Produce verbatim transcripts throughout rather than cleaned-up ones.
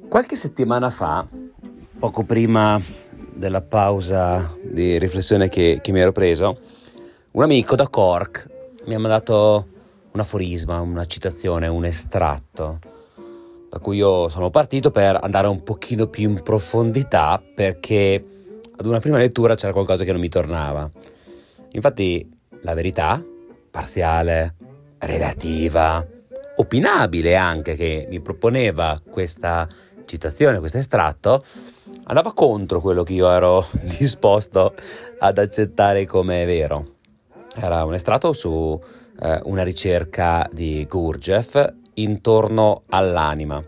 Qualche settimana fa, poco prima della pausa di riflessione che, che mi ero preso, un amico da Cork mi ha mandato un aforisma, una citazione, un estratto, da cui io sono partito per andare un pochino più in profondità, perché ad una prima lettura c'era qualcosa che non mi tornava. Infatti la verità, parziale, relativa, opinabile anche, che mi proponeva questa citazione, questo estratto, andava contro quello che io ero disposto ad accettare come vero. Era un estratto su eh, una ricerca di Gurdjieff intorno all'anima.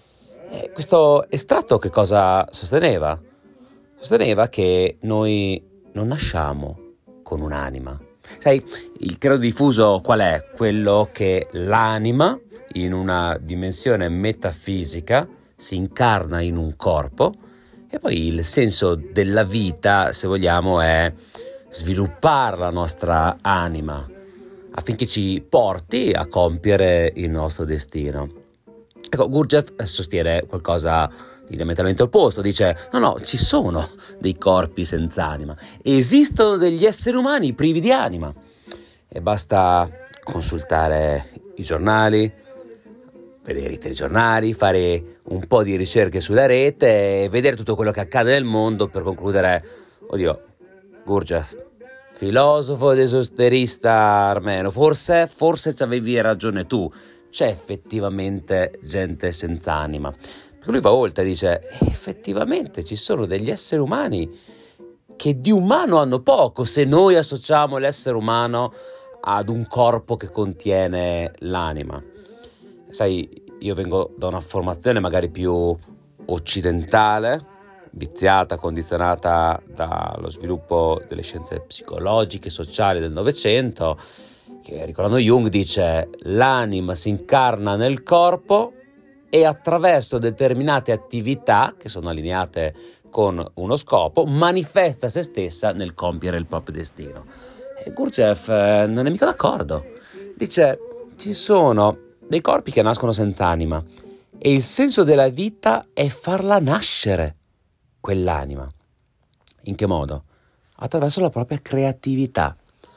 E questo estratto che cosa sosteneva? Sosteneva che noi non nasciamo con un'anima. Sai, il credo diffuso qual è? Quello che l'anima, in una dimensione metafisica, si incarna in un corpo, e poi il senso della vita, se vogliamo, è sviluppare la nostra anima affinché ci porti a compiere il nostro destino. Ecco, Gurdjieff sostiene qualcosa di diametralmente opposto. Dice: no, no, ci sono dei corpi senza anima, esistono degli esseri umani privi di anima, e basta consultare i giornali, vedere i telegiornali, fare un po' di ricerche sulla rete e vedere tutto quello che accade nel mondo per concludere: oddio, Gurdjieff, filosofo ed esoterista armeno, forse, forse ci avevi ragione tu, c'è effettivamente gente senza anima. Perché lui va oltre, dice: effettivamente ci sono degli esseri umani che di umano hanno poco, se noi associamo l'essere umano ad un corpo che contiene l'anima. Sai, io vengo da una formazione magari più occidentale, viziata, condizionata dallo sviluppo delle scienze psicologiche e sociali del Novecento, che, ricordando Jung, dice: l'anima si incarna nel corpo e attraverso determinate attività che sono allineate con uno scopo manifesta se stessa nel compiere il proprio destino. E Gurdjieff eh, non è mica d'accordo. Dice: ci sono dei corpi che nascono senza anima e il senso della vita è farla nascere, quell'anima. In che modo? Attraverso la propria creatività.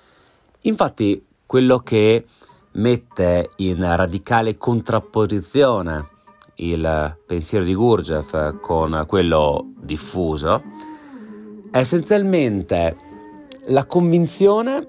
Infatti, quello che mette in radicale contrapposizione il pensiero di Gurdjieff con quello diffuso è essenzialmente la convinzione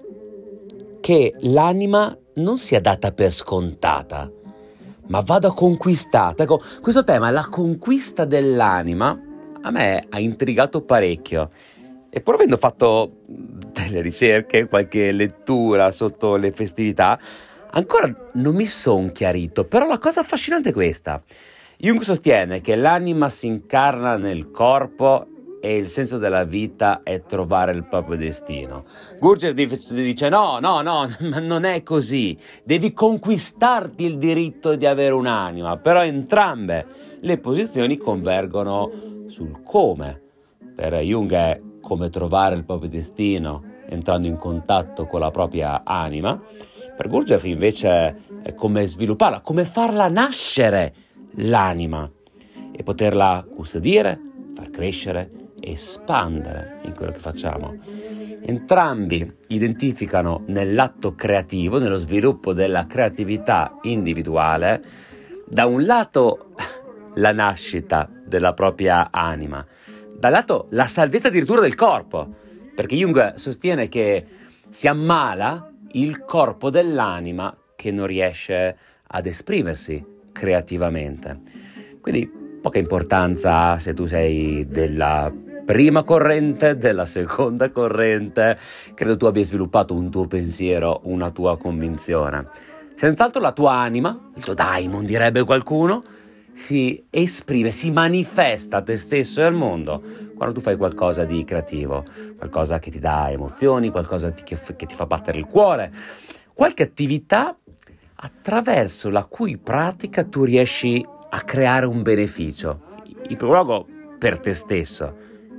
che l'anima non sia data per scontata, ma vada conquistata. Ecco, questo tema, la conquista dell'anima, a me ha intrigato parecchio. E pur avendo fatto delle ricerche, qualche lettura sotto le festività, ancora non mi sono chiarito. Però la cosa affascinante è questa. Jung sostiene che l'anima si incarna nel corpo e il senso della vita è trovare il proprio destino. Gurdjieff dice: no, no, no, non è così. Devi conquistarti il diritto di avere un'anima. Però entrambe le posizioni convergono sul come. Per Jung è come trovare il proprio destino entrando in contatto con la propria anima. Per Gurdjieff invece è come svilupparla, come farla nascere l'anima e poterla custodire, far crescere, espandere in quello che facciamo. Entrambi identificano nell'atto creativo, nello sviluppo della creatività individuale, da un lato la nascita della propria anima, dal lato la salvezza addirittura del corpo, perché Jung sostiene che si ammala il corpo dell'anima che non riesce ad esprimersi creativamente. Quindi poca importanza ha se tu sei della prima corrente, della seconda corrente. Credo tu abbia sviluppato un tuo pensiero, una tua convinzione. Senz'altro la tua anima, il tuo daimon direbbe qualcuno, si esprime, si manifesta a te stesso e al mondo quando tu fai qualcosa di creativo, qualcosa che ti dà emozioni, qualcosa che, che ti fa battere il cuore, qualche attività attraverso la cui pratica tu riesci a creare un beneficio, in primo luogo per te stesso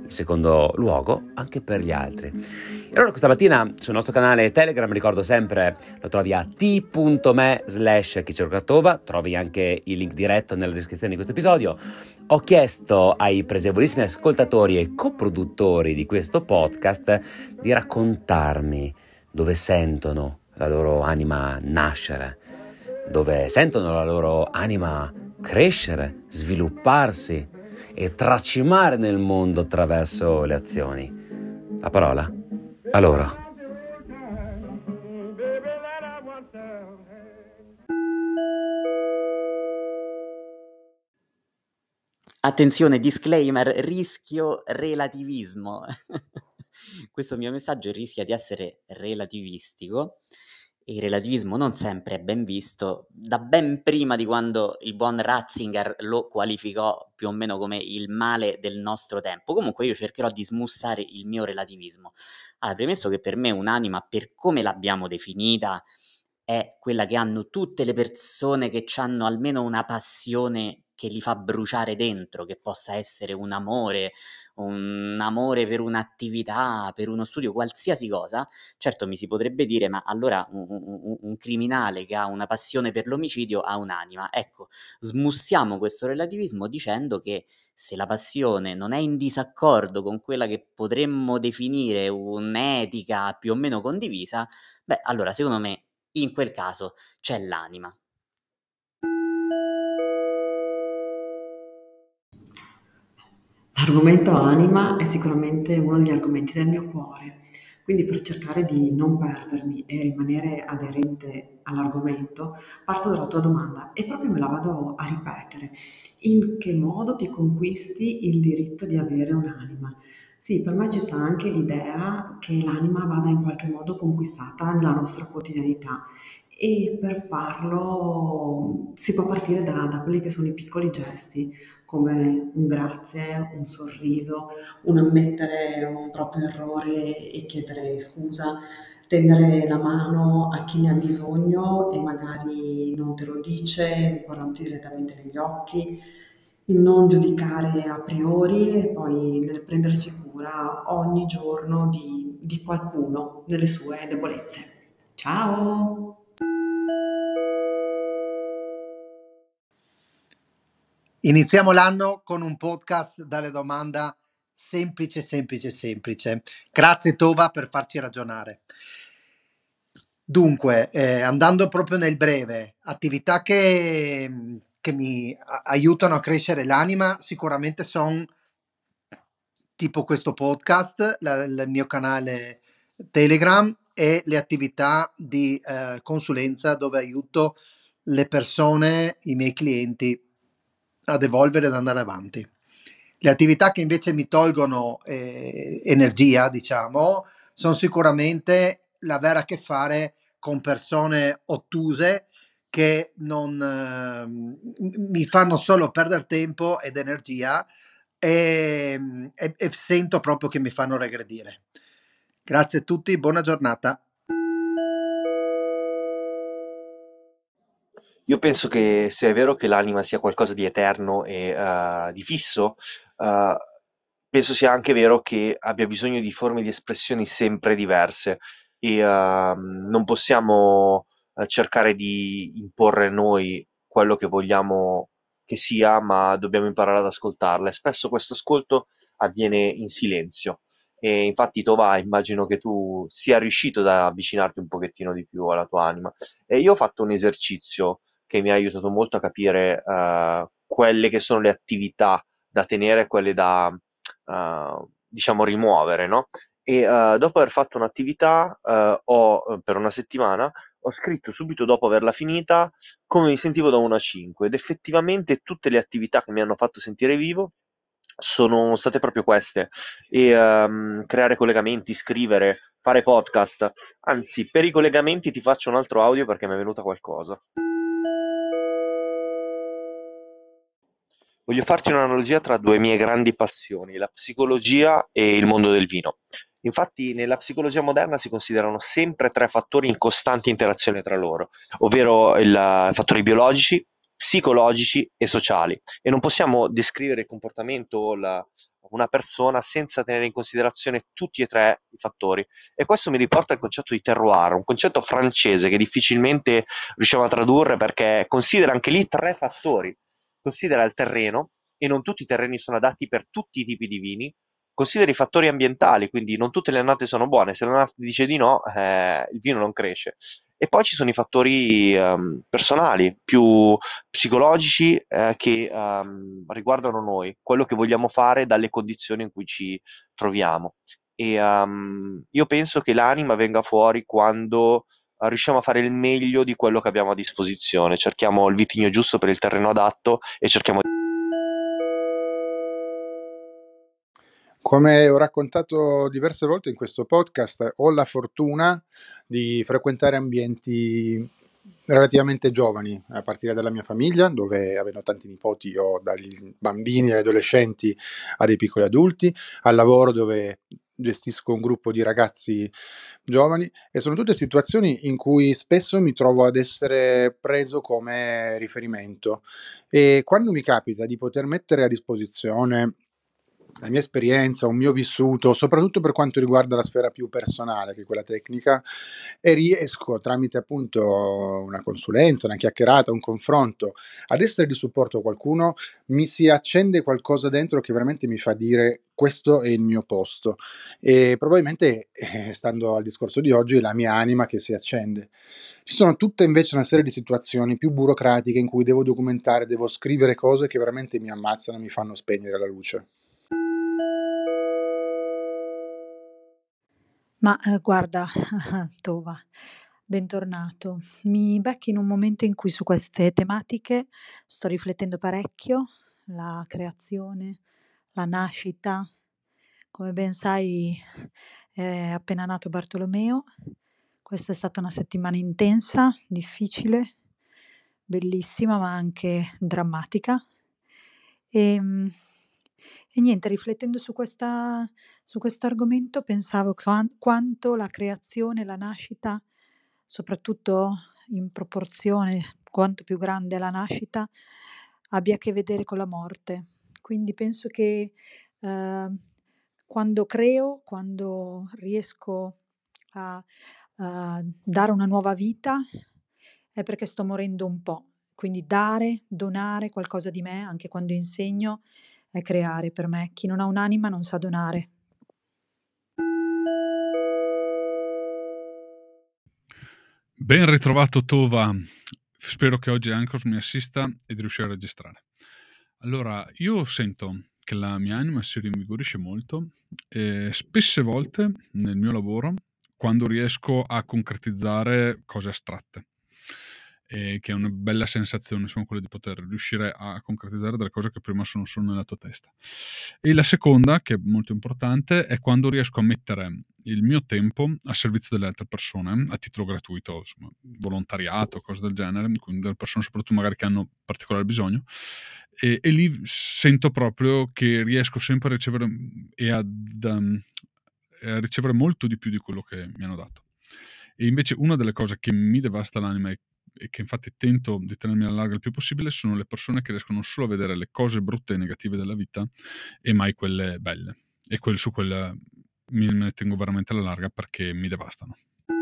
in secondo luogo anche per gli altri. E allora questa mattina sul nostro canale Telegram, ricordo sempre, lo trovi a t.me slash Kicercatova, trovi anche il link diretto nella descrizione di questo episodio. Ho chiesto ai presevolissimi ascoltatori e coproduttori di questo podcast di raccontarmi dove sentono la loro anima nascere, dove sentono la loro anima crescere, svilupparsi e tracimare nel mondo attraverso le azioni. La parola a loro. Attenzione, disclaimer, rischio relativismo. Questo mio messaggio rischia di essere relativistico e il relativismo non sempre è ben visto, da ben prima di quando il buon Ratzinger lo qualificò più o meno come il male del nostro tempo. Comunque io cercherò di smussare il mio relativismo. Allora, premesso che per me un'anima, per come l'abbiamo definita, è quella che hanno tutte le persone che hanno almeno una passione che li fa bruciare dentro, che possa essere un amore, un amore per un'attività, per uno studio, qualsiasi cosa. Certo mi si potrebbe dire, ma allora un, un- un criminale che ha una passione per l'omicidio ha un'anima. Ecco, smussiamo questo relativismo dicendo che se la passione non è in disaccordo con quella che potremmo definire un'etica più o meno condivisa, beh, allora secondo me in quel caso c'è l'anima. L'argomento anima è sicuramente uno degli argomenti del mio cuore, quindi per cercare di non perdermi e rimanere aderente all'argomento, parto dalla tua domanda e proprio me la vado a ripetere. In che modo ti conquisti il diritto di avere un'anima? Sì, per me ci sta anche l'idea che l'anima vada in qualche modo conquistata nella nostra quotidianità e per farlo si può partire da, da quelli che sono i piccoli gesti, come un grazie, un sorriso, un ammettere un proprio errore e chiedere scusa, tendere la mano a chi ne ha bisogno e magari non te lo dice, guardandoti direttamente negli occhi, il non giudicare a priori e poi nel prendersi cura ogni giorno di, di qualcuno nelle sue debolezze. Ciao! Iniziamo l'anno con un podcast dalle domanda semplice, semplice, semplice. Grazie Tova per farci ragionare. Dunque, eh, andando proprio nel breve, attività che, che mi a- aiutano a crescere l'anima sicuramente sono tipo questo podcast, la- il mio canale Telegram e le attività di eh, consulenza dove aiuto le persone, i miei clienti ad evolvere ed andare avanti. Le attività che invece mi tolgono eh, energia, diciamo, sono sicuramente l'avere a che fare con persone ottuse che non eh, mi fanno solo perdere tempo ed energia e, e, e sento proprio che mi fanno regredire. Grazie a tutti, buona giornata. Io penso che se è vero che l'anima sia qualcosa di eterno e eh, di fisso, eh, penso sia anche vero che abbia bisogno di forme di espressioni sempre diverse e ehm, non possiamo eh, cercare di imporre noi quello che vogliamo che sia, ma dobbiamo imparare ad ascoltarla. E spesso questo ascolto avviene in silenzio. E infatti, Tova, immagino che tu sia riuscito ad avvicinarti un pochettino di più alla tua anima. E io ho fatto un esercizio che mi ha aiutato molto a capire eh, quelle che sono le attività da tenere e quelle da, eh, diciamo, rimuovere, no? E eh, dopo aver fatto un'attività, eh, ho, eh, per una settimana, ho scritto subito dopo averla finita come mi sentivo da uno a cinque ed effettivamente tutte le attività che mi hanno fatto sentire vivo sono state proprio queste e ehm, creare collegamenti, scrivere, fare podcast. Anzi, per i collegamenti ti faccio un altro audio perché mi è venuta qualcosa. Voglio farti un'analogia tra due mie grandi passioni, la psicologia e il mondo del vino. Infatti, nella psicologia moderna si considerano sempre tre fattori in costante interazione tra loro, ovvero il, i fattori biologici, psicologici e sociali, e non possiamo descrivere il comportamento o la, una persona senza tenere in considerazione tutti e tre i fattori. E questo mi riporta al concetto di terroir, un concetto francese che difficilmente riusciamo a tradurre, perché considera anche lì tre fattori. Considera il terreno, e non tutti i terreni sono adatti per tutti i tipi di vini. Considera i fattori ambientali, quindi non tutte le annate sono buone, se l'annata dice di no, eh, il vino non cresce. E poi ci sono i fattori ehm, personali, più psicologici, eh, che ehm, riguardano noi, quello che vogliamo fare dalle condizioni in cui ci troviamo. E ehm, io penso che l'anima venga fuori quando eh, riusciamo a fare il meglio di quello che abbiamo a disposizione. Cerchiamo il vitigno giusto per il terreno adatto e cerchiamo di... Come ho raccontato diverse volte in questo podcast, ho la fortuna di frequentare ambienti relativamente giovani, a partire dalla mia famiglia, dove avendo tanti nipoti ho dai bambini agli adolescenti a dei piccoli adulti, al lavoro dove gestisco un gruppo di ragazzi giovani, e sono tutte situazioni in cui spesso mi trovo ad essere preso come riferimento, e quando mi capita di poter mettere a disposizione la mia esperienza, un mio vissuto, soprattutto per quanto riguarda la sfera più personale che quella tecnica, e riesco tramite appunto una consulenza, una chiacchierata, un confronto, ad essere di supporto a qualcuno, mi si accende qualcosa dentro che veramente mi fa dire: questo è il mio posto. E probabilmente, eh, stando al discorso di oggi, è la mia anima che si accende. Ci sono tutte invece una serie di situazioni più burocratiche in cui devo documentare, devo scrivere cose che veramente mi ammazzano e mi fanno spegnere la luce. Ma eh, guarda, Tova, bentornato. Mi becchi in un momento in cui su queste tematiche sto riflettendo parecchio, la creazione, la nascita. Come ben sai, è appena nato Bartolomeo. Questa è stata una settimana intensa, difficile, bellissima, ma anche drammatica. E, e niente, riflettendo su questa su questo argomento pensavo quan- quanto la creazione, la nascita, soprattutto in proporzione, quanto più grande è la nascita, abbia a che vedere con la morte. Quindi penso che eh, quando creo, quando riesco a, a dare una nuova vita, è perché sto morendo un po'. Quindi dare, donare qualcosa di me, anche quando insegno, è creare per me. Chi non ha un'anima non sa donare. Ben ritrovato Tova, spero che oggi Anchors mi assista e di riuscire a registrare. Allora, io sento che la mia anima si rinvigorisce molto e spesse volte nel mio lavoro, quando riesco a concretizzare cose astratte, e che è una bella sensazione, insomma, quella di poter riuscire a concretizzare delle cose che prima sono solo nella tua testa. E la seconda, che è molto importante, è quando riesco a mettere il mio tempo a servizio delle altre persone a titolo gratuito, insomma, volontariato, cose del genere, quindi delle persone soprattutto magari che hanno particolare bisogno, e, e lì sento proprio che riesco sempre a ricevere e ad, um, a ricevere molto di più di quello che mi hanno dato. E invece una delle cose che mi devasta l'anima e e che infatti tento di tenermi alla larga il più possibile sono le persone che riescono solo a vedere le cose brutte e negative della vita e mai quelle belle, e quelle su quelle mi ne tengo veramente alla larga perché mi devastano.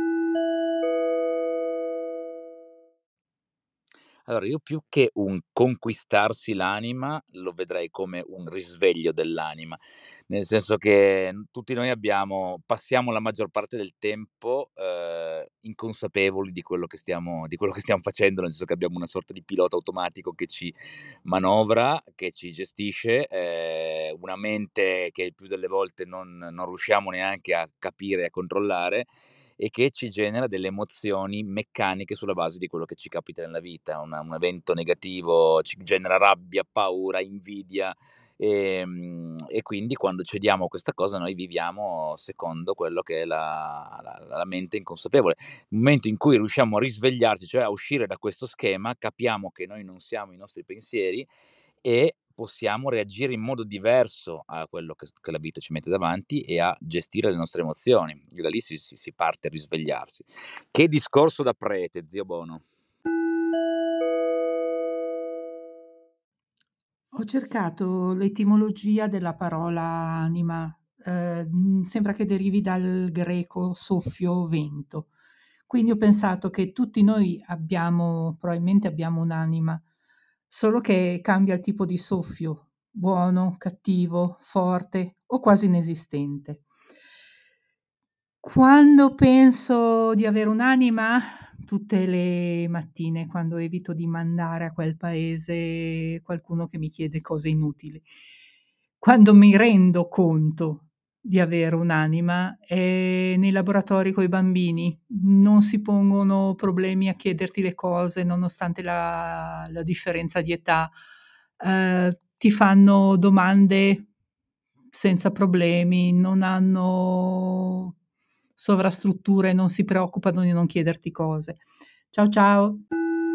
Allora, io più che un conquistarsi l'anima, lo vedrei come un risveglio dell'anima, nel senso che tutti noi abbiamo passiamo la maggior parte del tempo, ehm, inconsapevoli di quello che stiamo di quello che stiamo facendo, nel senso che abbiamo una sorta di pilota automatico che ci manovra, che ci gestisce, ehm, una mente che il più delle volte non non riusciamo neanche a capire e a controllare, e che ci genera delle emozioni meccaniche sulla base di quello che ci capita nella vita. Una un evento negativo ci genera rabbia, paura, invidia, ehm, e quindi quando cediamo a questa cosa noi viviamo secondo quello che è la la la mente inconsapevole. Il momento in cui riusciamo a risvegliarci, cioè a uscire da questo schema, capiamo che noi non siamo i nostri pensieri e possiamo reagire in modo diverso a quello che s che la vita ci mette davanti e a gestire le nostre emozioni. E da lì si si si parte a risvegliarsi. Che discorso da prete, zio Bono. Ho cercato l'etimologia della parola anima, eh, mh, sembra che derivi dal greco soffio vento. Quindi ho pensato che tutti noi abbiamo, probabilmente abbiamo un'anima, solo che cambia il tipo di soffio, buono, cattivo, forte o quasi inesistente. Quando penso di avere un'anima? Tutte le mattine, quando evito di mandare a quel paese qualcuno che mi chiede cose inutili. Quando mi rendo conto di avere un'anima è nei laboratori coi bambini. Non si pongono problemi a chiederti le cose nonostante la, la differenza di età. Eh, ti fanno domande senza problemi, non hanno sovrastrutture, non si preoccupano di non chiederti cose. Ciao ciao.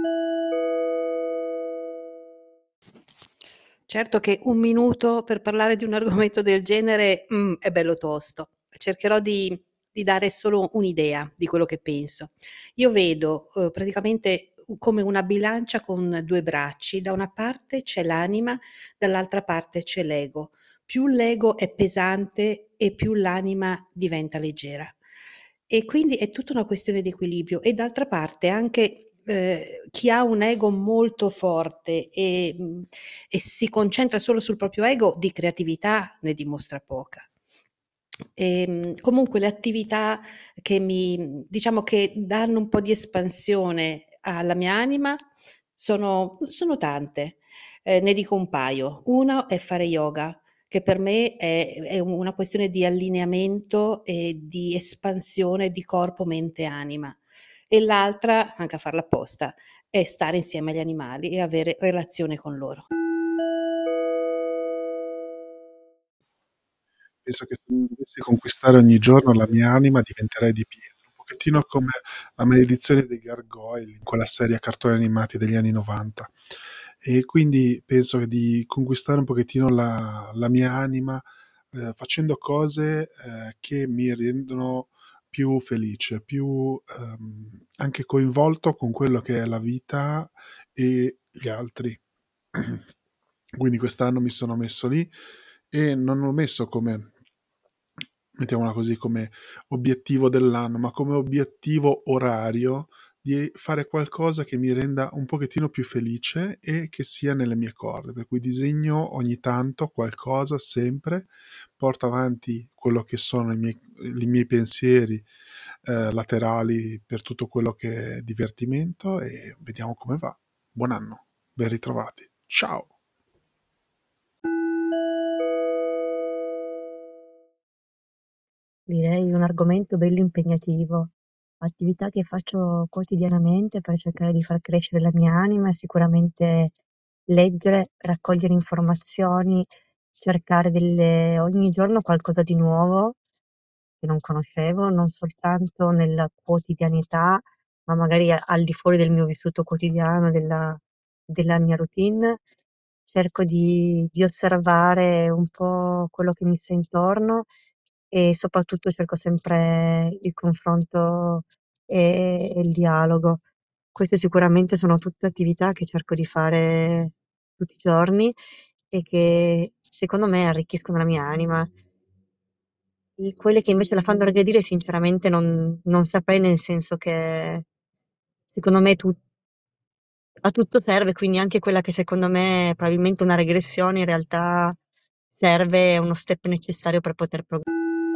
Certo che un minuto per parlare di un argomento del genere, mhmm, è bello tosto. Cercherò di di dare solo un'idea di quello che penso. Io vedo, uhm, praticamente u come una bilancia con due bracci, da una parte c'è l'anima, dall'altra parte c'è l'ego. Più l'ego è pesante e più l'anima diventa leggera. E quindi è tutta una questione di equilibrio e d'altra parte anche, ehm, chi ha un ego molto forte e, mhmm, e si concentra solo sul proprio ego, di creatività ne dimostra poca. Ehm, comunque le attività che mi diciamo che danno un po' di espansione alla mia anima sono sono tante. Ehm, ne dico un paio. Uno è fare yoga, che per me è è una questione di allineamento e di espansione di corpo, mente e anima. E l'altra, anche a farla apposta, è stare insieme agli animali e avere relazione con loro. Penso che se dovessi conquistare ogni giorno la mia anima diventerei di pietra, un pochettino come La maledizione dei gargoyle in quella serie a cartoni animati degli anni novanta. E quindi penso che di conquistare un pochettino la, la mia anima eh, facendo cose eh, che mi rendono più felice, più ehm, anche coinvolto con quello che è la vita e gli altri. Quindi quest'anno mi sono messo lì e non l'ho messo come, mettiamola così, come obiettivo dell'anno, ma come obiettivo orario di fare qualcosa che mi renda un pochettino più felice e che sia nelle mie corde, per cui disegno ogni tanto qualcosa sempre, porto avanti quello che sono i miei, i miei pensieri eh, laterali per tutto quello che è divertimento e vediamo come va. Buon anno, ben ritrovati, ciao! Direi un argomento bello impegnativo. Attività che faccio quotidianamente per cercare di far crescere la mia anima è sicuramente leggere, raccogliere informazioni, cercare delle ogni giorno qualcosa di nuovo che non conoscevo, non soltanto nella quotidianità, ma magari a- al di fuori del mio vissuto quotidiano, della, della mia routine. Cerco di, di osservare un po' quello che mi sta intorno e soprattutto cerco sempre il confronto e, e il dialogo. Queste sicuramente sono tutte attività che cerco di fare tutti i giorni e che secondo me arricchiscono la mia anima. I- Quelle che invece la fanno regredire sinceramente non, non saprei, nel senso che secondo me tu- a tutto serve, quindi anche quella che secondo me è probabilmente una regressione in realtà serve, è uno step necessario per poter progredire.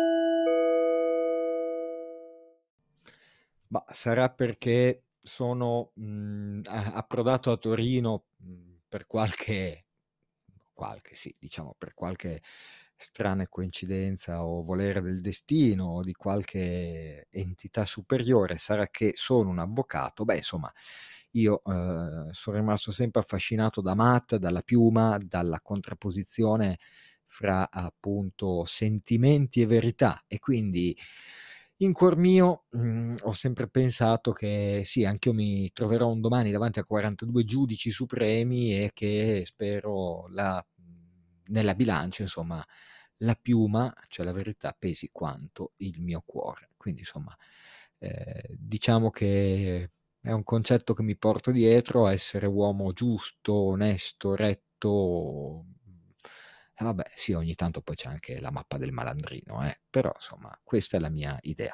Ma sarà perché sono mh, a- approdato a Torino mh, per qualche, qualche, sì, diciamo, per qualche strana coincidenza o volere del destino o di qualche entità superiore. Sarà che sono un avvocato. Beh, insomma, io eh, sono rimasto sempre affascinato da Matt, dalla piuma, dalla contrapposizione fra appunto sentimenti e verità, e quindi in cuor mio mh, ho sempre pensato che sì, anche io mi troverò un domani davanti a quarantadue giudici supremi e che spero la, nella bilancia, insomma, la piuma, cioè la verità, pesi quanto il mio cuore. Quindi insomma, eh, diciamo che è un concetto che mi porto dietro: essere uomo giusto, onesto, retto, fatto. E vabbè, sì, ogni tanto poi c'è anche la mappa del malandrino, eh, però insomma questa è la mia idea.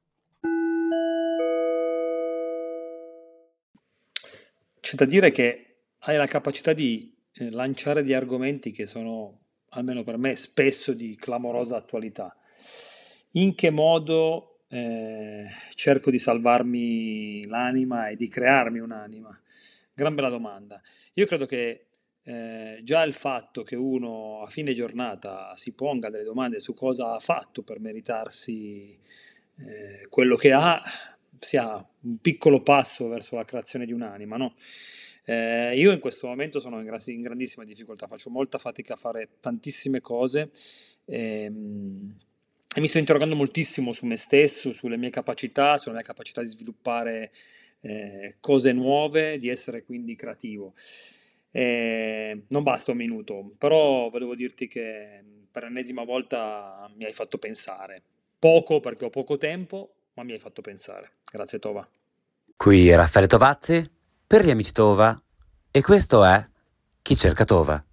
C'è da dire che hai la capacità di eh, lanciare di argomenti che sono, almeno per me, spesso di clamorosa attualità. In che modo eh, cerco di salvarmi l'anima e di crearmi un'anima? Gran bella domanda. Io credo che eh, già il fatto che uno a fine giornata si ponga delle domande su cosa ha fatto per meritarsi eh, quello che ha, sia un piccolo passo verso la creazione di un'anima, no? Eh, io in questo momento sono in, gra- in grandissima difficoltà, faccio molta fatica a fare tantissime cose ehm, e mi sto interrogando moltissimo su me stesso, sulle mie capacità, sulla mia capacità di sviluppare eh, cose nuove, di essere quindi creativo. Eh, non basta un minuto, però volevo dirti che per l'ennesima volta mi hai fatto pensare. Poco perché ho poco tempo, ma mi hai fatto pensare. Grazie Tova. Qui Raffaele Tovazzi per gli amici Tova e questo è Chi cerca Tova.